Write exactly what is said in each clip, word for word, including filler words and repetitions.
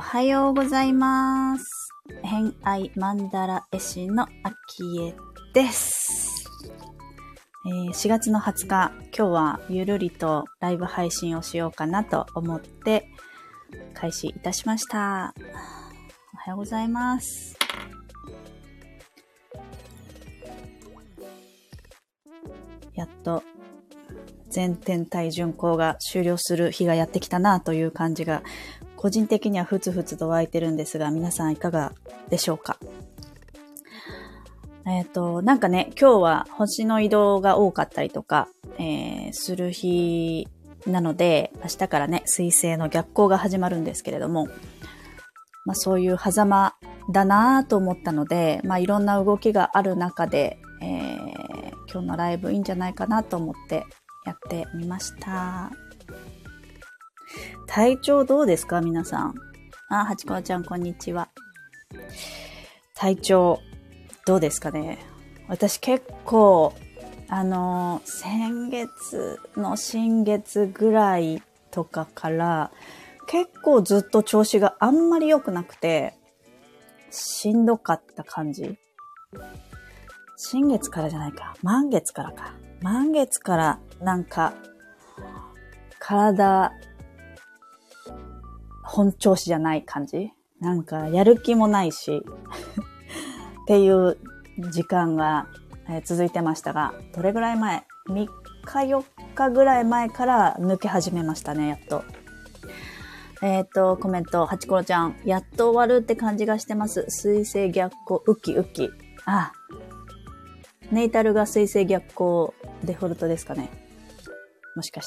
はようございます。偏愛マンダラ絵師のあきえです、えー。しがつのはつか、今日はゆるりとライブ配信をしようかなと思って開始いたしました。おはようございます。やっと全天体巡行が終了する日がやってきたなという感じが個人的にはふつふつと湧いてるんですが、皆さんいかがでしょうか。えっと、なんかね、今日は星の移動が多かったりとか、えー、する日なので、明日からね、水星の逆行が始まるんですけれども、まあそういう狭間だなぁと思ったので、まあいろんな動きがある中で、えー、今日のライブいいんじゃないかなと思ってやってみました。体調どうですか皆さん。あ、はちこちゃんこんにちは。体調どうですかね。私結構あの先月の新月ぐらいとかから結構ずっと調子があんまり良くなくてしんどかった感じ。新月からじゃないか。満月からか。満月からなんか体本調子じゃない感じ。なんかやる気もないしっていう時間が、えー、続いてましたが、どれぐらい前 ?みっかよっかぐらい前から抜け始めましたね、やっと。えっと、コメント、はちころちゃん、やっと終わるって感じがしてます。水星逆行、ウキウキ。あ、ネイタルが水星逆行デフォルトですかね。もしかして。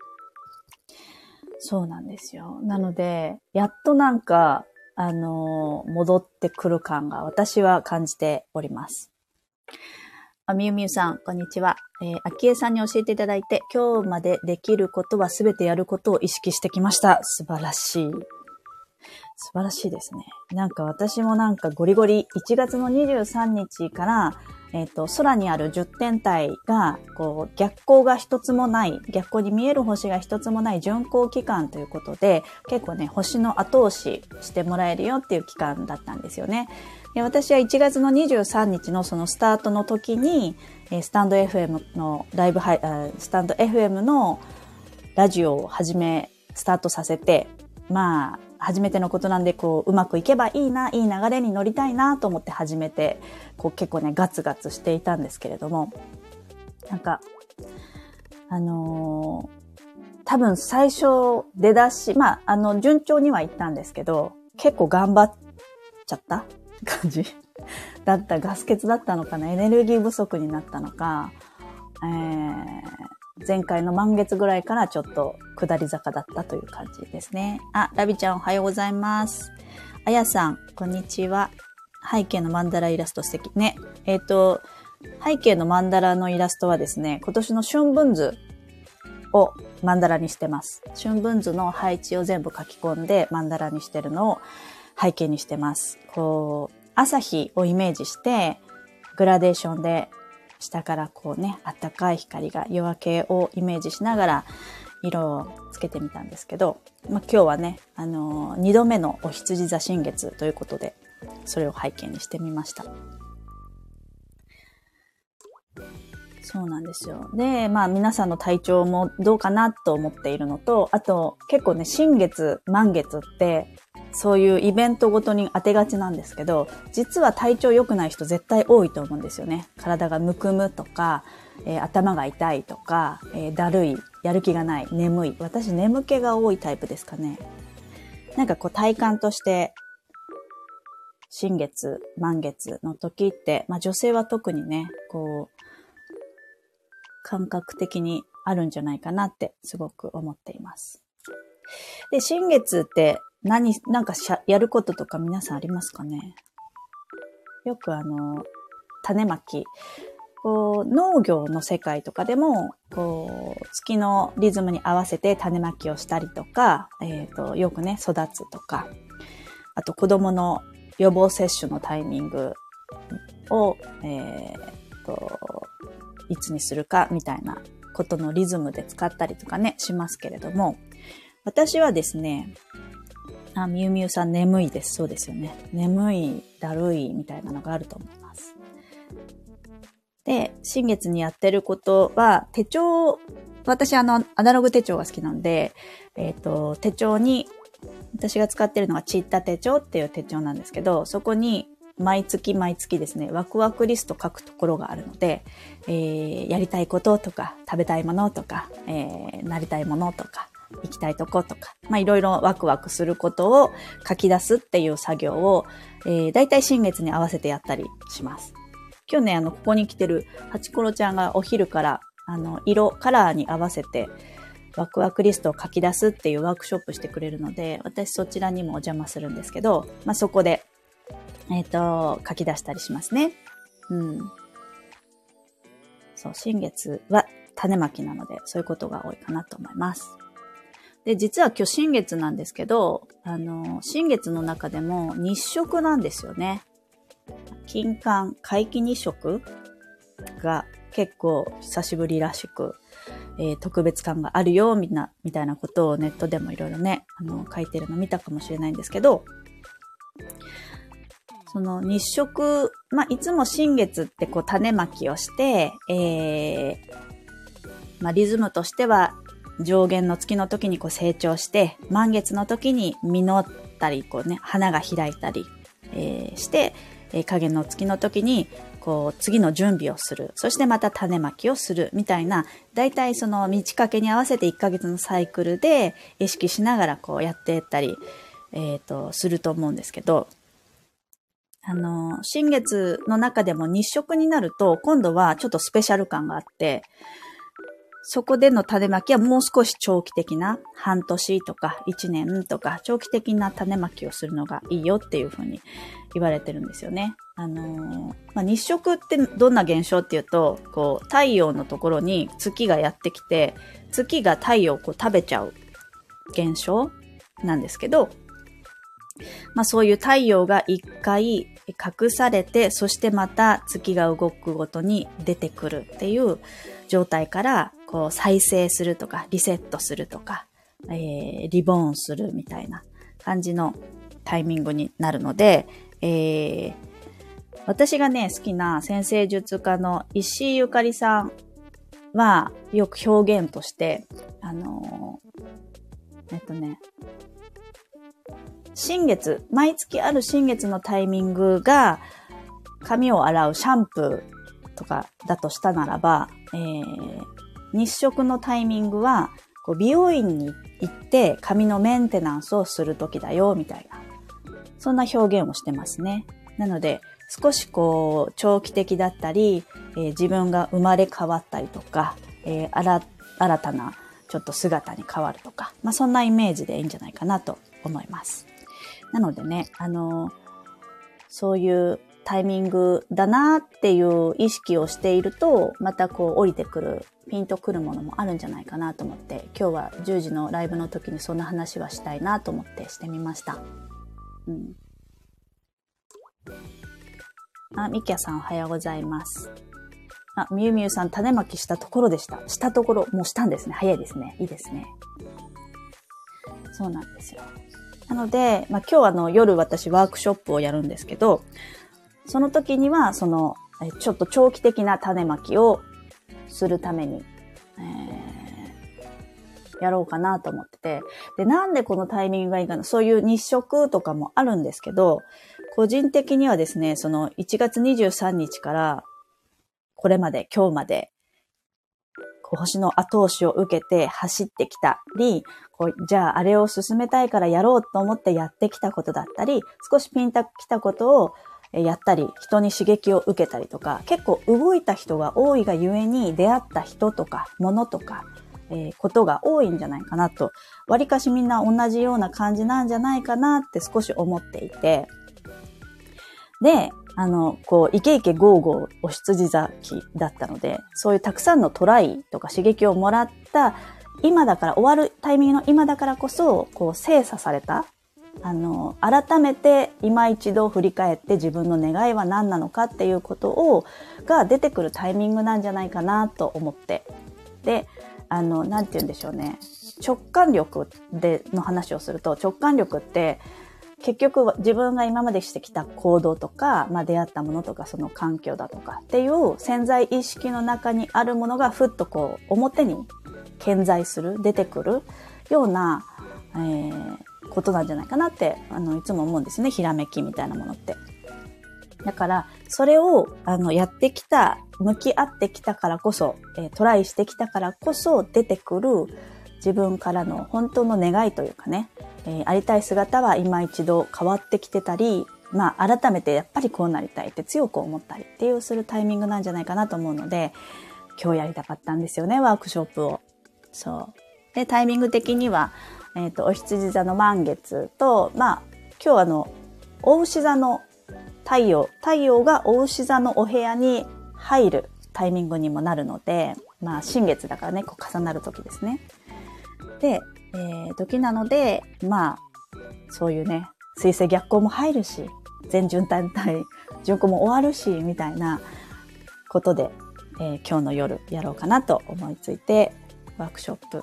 そうなんですよ。なので、やっとなんか、あのー、戻ってくる感が私は感じております。あ、みゆみゆさん、こんにちは。えー、あきえさんに教えていただいて、今日までできることはすべてやることを意識してきました。素晴らしい。素晴らしいですね。なんか私もなんかゴリゴリいちがつのにじゅうさんにちから、えっと、空にあるじゅってん体が、こう、逆光が一つもない、逆光に見える星が一つもない巡行期間ということで、結構ね、星の後押ししてもらえるよっていう期間だったんですよね。で、私はいちがつのにじゅうさんにちのそのスタートの時に、スタンド エフエム のライブハイ、スタンド エフエム のラジオを始め、スタートさせて、まあ、初めてのことなんで、こう、うまくいけばいいな、いい流れに乗りたいなと思って始めて、こう結構ね、ガツガツしていたんですけれども、なんか、あのー、多分最初出だし、まあ、あの、順調には行ったんですけど、結構頑張っちゃった感じだった、ガス欠だったのかな、エネルギー不足になったのか、えー、前回の満月ぐらいからちょっと下り坂だったという感じですね。あ、ラビちゃんおはようございます。あやさん、こんにちは。背景のマンダライラスト素敵ね。えっと、背景のマンダラのイラストはですね、今年の春分図をマンダラにしてます。春分図の配置を全部書き込んでマンダラにしてるのを背景にしてます。こう、朝日をイメージして、グラデーションで下からこうね、暖かい光が夜明けをイメージしながら色をつけてみたんですけど、まあ、今日はね、あのー、にどめのお羊座新月ということで、それを背景にしてみました。そうなんですよ。で、まあ皆さんの体調もどうかなと思っているのと、あと結構ね、新月、満月って、そういうイベントごとに当てがちなんですけど、実は体調良くない人絶対多いと思うんですよね。体がむくむとか、えー、頭が痛いとか、えー、だるい、やる気がない、眠い。私眠気が多いタイプですかね。なんかこう体感として、新月、満月の時って、まあ女性は特にね、こう、感覚的にあるんじゃないかなってすごく思っています。で、新月って何、なんかしゃやることとか皆さんありますかね？よくあの、種まき。こう、農業の世界とかでも、こう、月のリズムに合わせて種まきをしたりとか、えっと、よくね、育つとか、あと子供の予防接種のタイミングを、えっと、いつにするかみたいなことのリズムで使ったりとかね、しますけれども、私はですね、 あ、みゆみゆさん眠いです。そうですよね。眠い、だるいみたいなのがあると思います。で、新月にやってることは、手帳、私あの、アナログ手帳が好きなので、えっと、手帳に、私が使ってるのがチッタ手帳っていう手帳なんですけど、そこに毎月毎月ですね、ワクワクリスト書くところがあるので、えー、やりたいこととか、食べたいものとか、えー、なりたいものとか、行きたいとことか、まあいろいろワクワクすることを書き出すっていう作業を、えー、だいたい新月に合わせてやったりします。今日ね、あの、ここに来てるハチコロちゃんがお昼から、あの、色、カラーに合わせて、ワクワクリストを書き出すっていうワークショップしてくれるので、私そちらにもお邪魔するんですけど、まあ、そこで、えっと、書き出したりしますね。うん。そう、新月は種まきなので、そういうことが多いかなと思います。で、実は今日新月なんですけど、あの、新月の中でも日食なんですよね。金環、皆既日食が結構久しぶりらしく、えー、特別感があるよ、みんな、みたいなことをネットでもいろいろね、あの、書いてるの見たかもしれないんですけど、その日食、まあ、いつも新月ってこう種まきをして、えー、まあ、リズムとしては上弦の月の時にこう成長して、満月の時に実ったり、こうね、花が開いたり、えー、して、えー、下弦の月の時に、こう、次の準備をする。そしてまた種まきをする。みたいな、だいたいその満ち欠けに合わせていっかげつのサイクルで意識しながらこうやっていったり、えっと、すると思うんですけど、あの、新月の中でも日食になると、今度はちょっとスペシャル感があって、そこでの種まきはもう少し長期的な、半年とかいちねんとか長期的な種まきをするのがいいよっていうふうに言われてるんですよね。あのーまあ、日食ってどんな現象っていうと、こう太陽のところに月がやってきて、月が太陽をこう食べちゃう現象なんですけど、まあそういう太陽が一回隠されて、そしてまた月が動くごとに出てくるっていう状態から、こう再生するとか、リセットするとか、えー、リボーンするみたいな感じのタイミングになるので、えー、私がね、好きな占星術家の石井ゆかりさんは、よく表現として、あのー、えっとね、新月、毎月ある新月のタイミングが髪を洗うシャンプーとかだとしたならば、えー、日食のタイミングはこう美容院に行って髪のメンテナンスをする時だよみたいな、そんな表現をしてますね。なので少しこう長期的だったり、えー、自分が生まれ変わったりとか、えー、新, 新たなちょっと姿に変わるとか、まあそんなイメージでいいんじゃないかなと思います。なのでね、あの、そういうタイミングだなっていう意識をしていると、またこう降りてくる、ピンとくるものもあるんじゃないかなと思って、今日はじゅうじのライブの時にそんな話はしたいなと思ってしてみました。うん。あ、みきやさんおはようございます。あ、みゆみゆさん種まきしたところでした。したところ、もうしたんですね。早いですね。いいですね。そうなんですよ。なので、まあ、今日あの夜私ワークショップをやるんですけど、その時にはそのちょっと長期的な種まきをするために、えー、やろうかなと思ってて、で、なんでこのタイミングがいいかな、そういう日食とかもあるんですけど、個人的にはですね、そのいちがつにじゅうさんにちからこれまで今日まで星の後押しを受けて走ってきたり、こうじゃああれを進めたいからやろうと思ってやってきたことだったり、少しピンときたことをやったり、人に刺激を受けたりとか、結構動いた人が多いがゆえに出会った人とか物とか、えー、ことが多いんじゃないかなと、わりかしみんな同じような感じなんじゃないかなって少し思っていて、で、あの、こう、イケイケゴーゴーお羊座期だったので、そういうたくさんのトライとか刺激をもらった、今だから終わるタイミングの今だからこそ、こう、精査された、あの、改めて今一度振り返って自分の願いは何なのかっていうことを、が出てくるタイミングなんじゃないかなと思って。で、あの、なんて言うんでしょうね。 直感力での話をすると、直感力って結局自分が今までしてきた行動とか、まあ出会ったものとか、その環境だとかっていう潜在意識の中にあるものがふっとこう表に顕在する、出てくるような、えー、ことなんじゃないかなって、あの、いつも思うんですね。ひらめきみたいなものって。だから、それを、あの、やってきた、向き合ってきたからこそ、えー、トライしてきたからこそ出てくる自分からの本当の願いというかね、えー、ありたい姿は今一度変わってきてたり、まあ、改めてやっぱりこうなりたいって強く思ったりっていうするタイミングなんじゃないかなと思うので、今日やりたかったんですよね、ワークショップを。そう。で、タイミング的には、えっと、お羊座の満月と、まあ、今日あの、お牛座の太陽、太陽がお牛座のお部屋に入るタイミングにもなるので、まあ、新月だからね、こう重なる時ですね。で、えー、時なので、まあ、そういうね、水星逆行も入るし、全順単体、巡行も終わるし、みたいなことで、えー、今日の夜やろうかなと思いついて、ワークショップ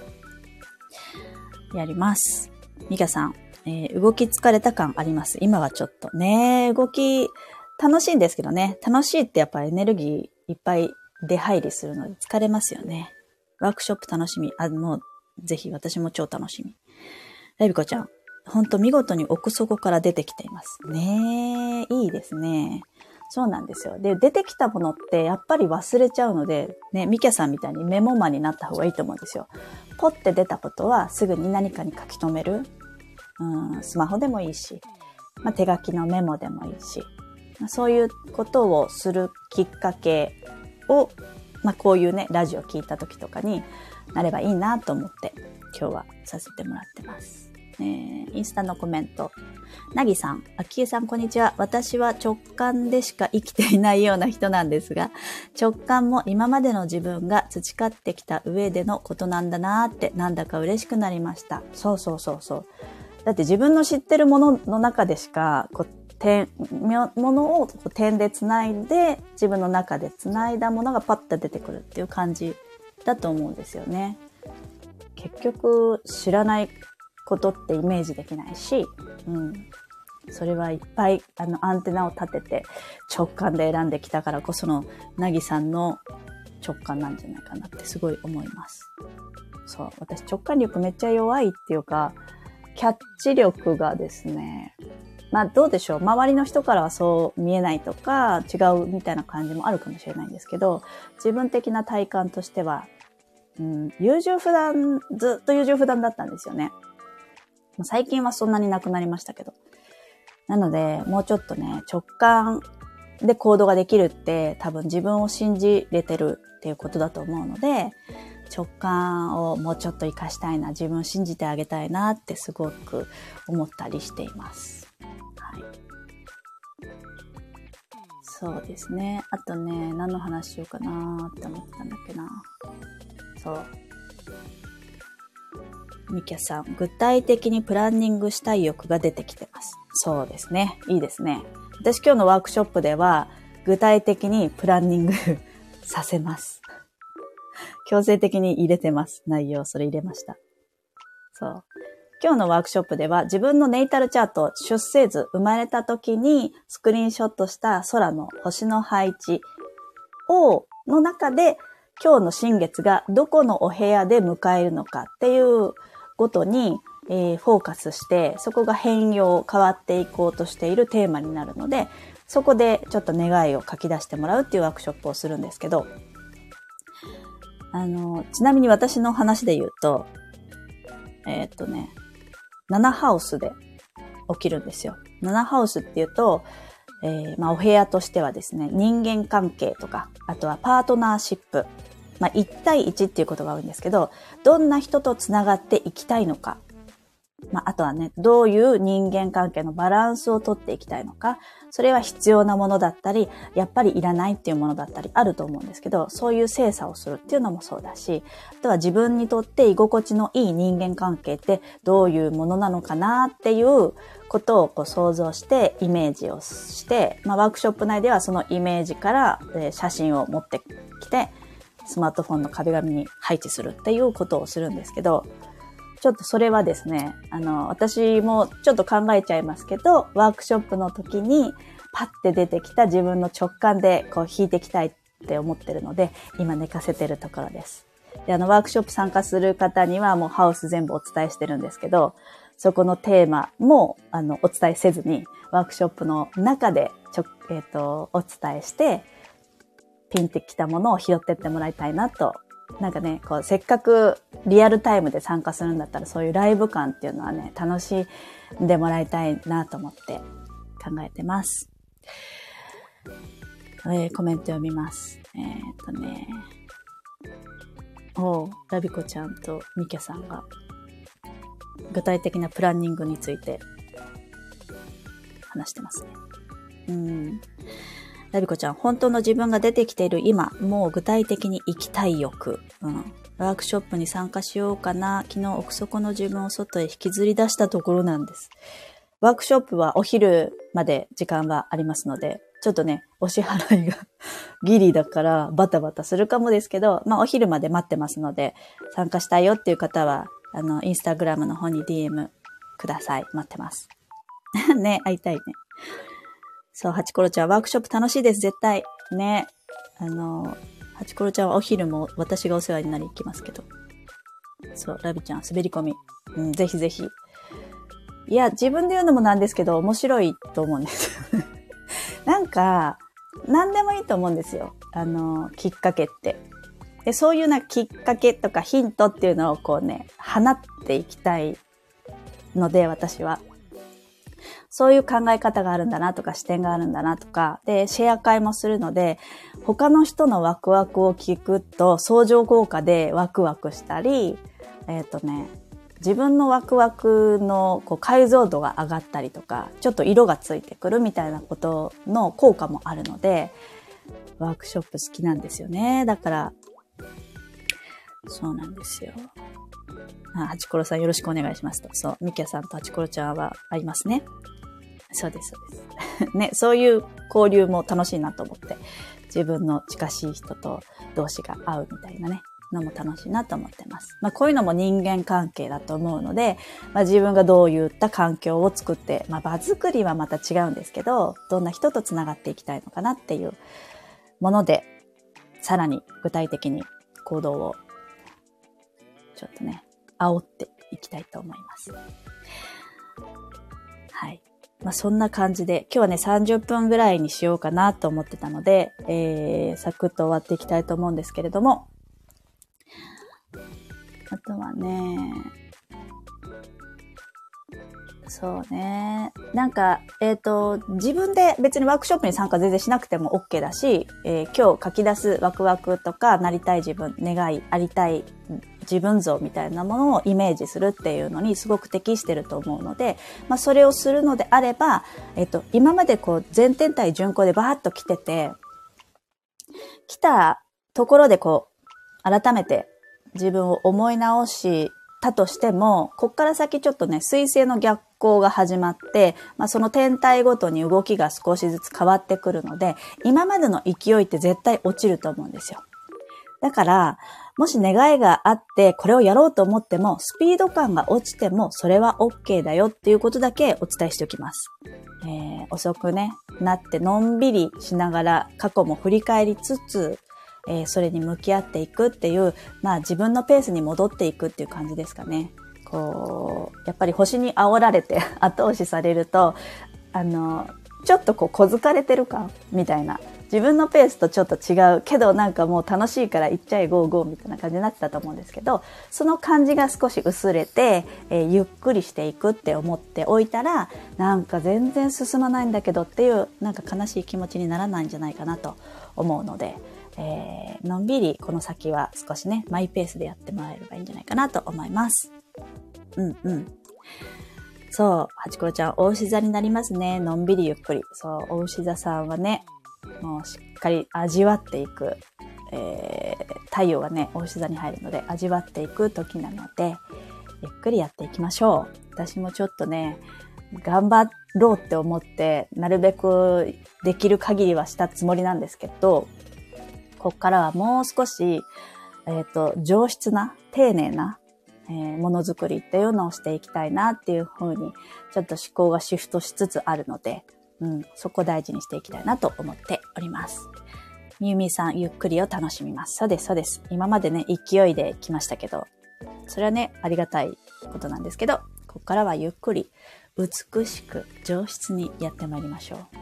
やります。ミカさん、えー、動き疲れた感あります。今はちょっとね、動き楽しいんですけどね、楽しいってやっぱりエネルギーいっぱい出入りするので疲れますよね。ワークショップ楽しみ。あの、ぜひ私も超楽しみ。ラビコちゃん、ほんと見事に奥底から出てきています。ねえ、いいですね。そうなんですよ。で、出てきたものってやっぱり忘れちゃうので、ね、ミキャさんみたいにメモマになった方がいいと思うんですよ。ポッて出たことはすぐに何かに書き留める。うん、スマホでもいいし、まあ、手書きのメモでもいいし、まあ、そういうことをするきっかけを、まあ、こういうね、ラジオ聞いた時とかになればいいなと思って今日はさせてもらってます。えー、インスタのコメント。なぎさん、あきえさんこんにちは。私は直感でしか生きていないような人なんですが、直感も今までの自分が培ってきた上でのことなんだなーってなんだか嬉しくなりました。そうそうそうそう。だって自分の知ってるものの中でしか、こう、点、ものをこう点で繋いで、自分の中で繋いだものがパッと出てくるっていう感じだと思うんですよね。結局、知らないことってイメージできないし、うん。それはいっぱい、あの、アンテナを立てて直感で選んできたからこその、なぎさんの直感なんじゃないかなってすごい思います。そう。私直感力めっちゃ弱いっていうか、キャッチ力がですね、まあどうでしょう。周りの人からはそう見えないとか違うみたいな感じもあるかもしれないんですけど、自分的な体感としては、うん、優柔不断、ずっと優柔不断だったんですよね。最近はそんなになくなりましたけど。なので、もうちょっとね、直感で行動ができるって多分自分を信じれてるっていうことだと思うので、直感をもうちょっと活かしたいな、自分を信じてあげたいなってすごく思ったりしています。はい。そうですね。あとね、何の話しようかなって思ったんだっけな。そう。ミキャさん、具体的にプランニングしたい欲が出てきてます。そうですね。いいですね。私今日のワークショップでは、具体的にプランニングさせます。強制的に入れてます。内容、それ入れました。そう。今日のワークショップでは、自分のネイタルチャート、出生図、生まれた時にスクリーンショットした空の星の配置を、の中で、今日の新月がどこのお部屋で迎えるのかっていうごとに、えー、フォーカスして、そこが変容、変わっていこうとしているテーマになるので、そこでちょっと願いを書き出してもらうっていうワークショップをするんですけど、あの、ちなみに私の話で言うと、えー、っとね、ななハウスで起きるんですよ。ななハウスっていうと、えー、まあお部屋としてはですね、人間関係とか、あとはパートナーシップ、まあいち対いちっていうことが多いんですけど、どんな人とつながっていきたいのか、まああとはね、どういう人間関係のバランスをとっていきたいのか、それは必要なものだったり、やっぱりいらないっていうものだったりあると思うんですけど、そういう精査をするっていうのもそうだし、あとは自分にとって居心地のいい人間関係ってどういうものなのかなっていうことをこう想像してイメージをして、まあワークショップ内ではそのイメージから、えー、写真を持ってきて、スマートフォンの壁紙に配置するっていうことをするんですけど、 ちょっとそれはですね、あの、私もちょっと考えちゃいますけど、ワークショップの時にパッて出てきた自分の直感でこう弾いていきたいって思ってるので、今寝かせてるところです。で、あの、ワークショップ参加する方にはもうハウス全部お伝えしてるんですけど、そこのテーマも、あの、お伝えせずに、ワークショップの中でちょ、えっと、お伝えして、ピンってきたものを拾ってってもらいたいなと。なんかね、こう、せっかくリアルタイムで参加するんだったら、そういうライブ感っていうのはね、楽しんでもらいたいなと思って考えてます。えー、コメント読みます。えー、っとね、おう、ラビコちゃんとミケさんが、具体的なプランニングについて話してますね。うん。ラビコちゃん、本当の自分が出てきている今、もう具体的に生きたい欲。うん。ワークショップに参加しようかな。昨日奥底の自分を外へ引きずり出したところなんです。ワークショップはお昼まで時間はありますので、ちょっとね、お支払いがギリだからバタバタするかもですけど、まあお昼まで待ってますので、参加したいよっていう方は、あの、インスタグラムの方に ディーエム ください。待ってます。ね、会いたいね。そう、ハチコロちゃん、ワークショップ楽しいです、絶対。ね。あの、ハチコロちゃんはお昼も私がお世話になり行きますけど。そう、ラビちゃん、滑り込み。うん、ぜひぜひ。いや、自分で言うのもなんですけど、面白いと思うんですよ。なんか、何でもいいと思うんですよ。あの、きっかけって。で、そういうなきっかけとかヒントっていうのをこうね、放っていきたいので、私は。そういう考え方があるんだなとか視点があるんだなとか、で、シェア会もするので、他の人のワクワクを聞くと相乗効果でワクワクしたり、えっとね、自分のワクワクのこう解像度が上がったりとか、ちょっと色がついてくるみたいなことの効果もあるので、ワークショップ好きなんですよね。だから、そうなんですよ。あ、ハチコロさんよろしくお願いしますと。そう、ミキヤさんとハチコロちゃんはありますね。そうです、そうです。ね、そういう交流も楽しいなと思って、自分の近しい人と同士が会うみたいなね、のも楽しいなと思ってます。まあこういうのも人間関係だと思うので、まあ自分がどういった環境を作って、まあ場作りはまた違うんですけど、どんな人とつながっていきたいのかなっていうもので、さらに具体的に行動をちょっとね、煽っていきたいと思います。はい。まあそんな感じで、今日はね、さんじゅっぷんぐらいにしようかなと思ってたので、えー、サクッと終わっていきたいと思うんですけれども、あとはね、そうね。なんか、えっと、自分で別にワークショップに参加全然しなくても OK だし、えー、今日書き出すワクワクとか、なりたい自分、願い、ありたい自分像みたいなものをイメージするっていうのにすごく適してると思うので、まあそれをするのであれば、えっと、今までこう全天体巡行でバーッと来てて、来たところでこう、改めて自分を思い直したとしても、こっから先ちょっとね、水星の逆行が始まって、まあその天体ごとに動きが少しずつ変わってくるので、今までの勢いって絶対落ちると思うんですよ。だから、もし願いがあって、これをやろうと思っても、スピード感が落ちても、それは OK だよっていうことだけお伝えしておきます。えー、遅くね、なってのんびりしながら、過去も振り返りつつ、えー、それに向き合っていくっていう、まあ自分のペースに戻っていくっていう感じですかね。こう、やっぱり星に煽られて後押しされると、あの、ちょっとこう小疲れてる感みたいな。自分のペースとちょっと違うけどなんかもう楽しいから行っちゃえゴーゴーみたいな感じになってたと思うんですけど、その感じが少し薄れて、えー、ゆっくりしていくって思っておいたら、なんか全然進まないんだけどっていうなんか悲しい気持ちにならないんじゃないかなと思うので、えー、のんびりこの先は少しねマイペースでやってもらえればいいんじゃないかなと思います。うんうん。そう、ハチコロちゃん、お牛座になりますね。のんびりゆっくり。そう、お牛座さんはね、もうしっかり味わっていく、えー、太陽がね、お牛座に入るので、味わっていく時なので、ゆっくりやっていきましょう。私もちょっとね、頑張ろうって思って、なるべくできる限りはしたつもりなんですけど、こっからはもう少し、えっと、上質な、丁寧な、 えー、ものづくりっていうのをしていきたいなっていうふうに、ちょっと思考がシフトしつつあるので、うん、そこを大事にしていきたいなと思っております。みゆみさん、ゆっくりを楽しみます。そうです、そうです。今までね、勢いで来ましたけど、それはね、ありがたいことなんですけど、ここからはゆっくり、美しく、上質にやってまいりましょう。はい。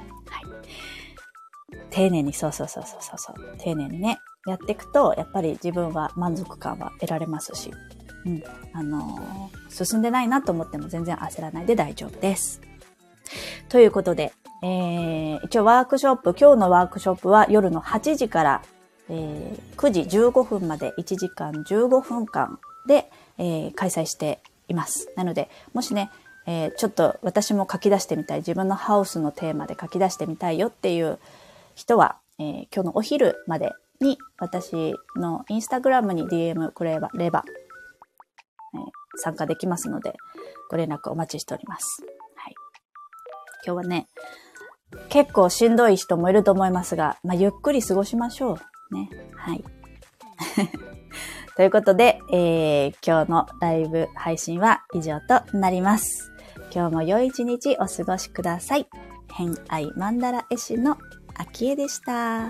丁寧に、そうそうそうそうそう、丁寧にね、やっていくと、やっぱり自分は満足感は得られますし、うん、あのー、進んでないなと思っても全然焦らないで大丈夫です。ということで、えー、一応ワークショップ、今日のワークショップは夜のはちじから、えー、くじじゅうごふんまでいちじかんじゅうごふんかんで、えー、開催しています。なので、もしね、えー、ちょっと私も書き出してみたい、自分のハウスのテーマで書き出してみたいよっていう人は、えー、今日のお昼までに私のインスタグラムに ディーエム くれれば、えー、参加できますので、ご連絡お待ちしております。はい。今日はね、結構しんどい人もいると思いますが、まあ、ゆっくり過ごしましょう。ね。はい。ということで、えー、今日のライブ配信は以上となります。今日も良い一日お過ごしください。偏愛マンダラ絵師のあきえでした。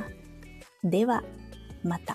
では、また。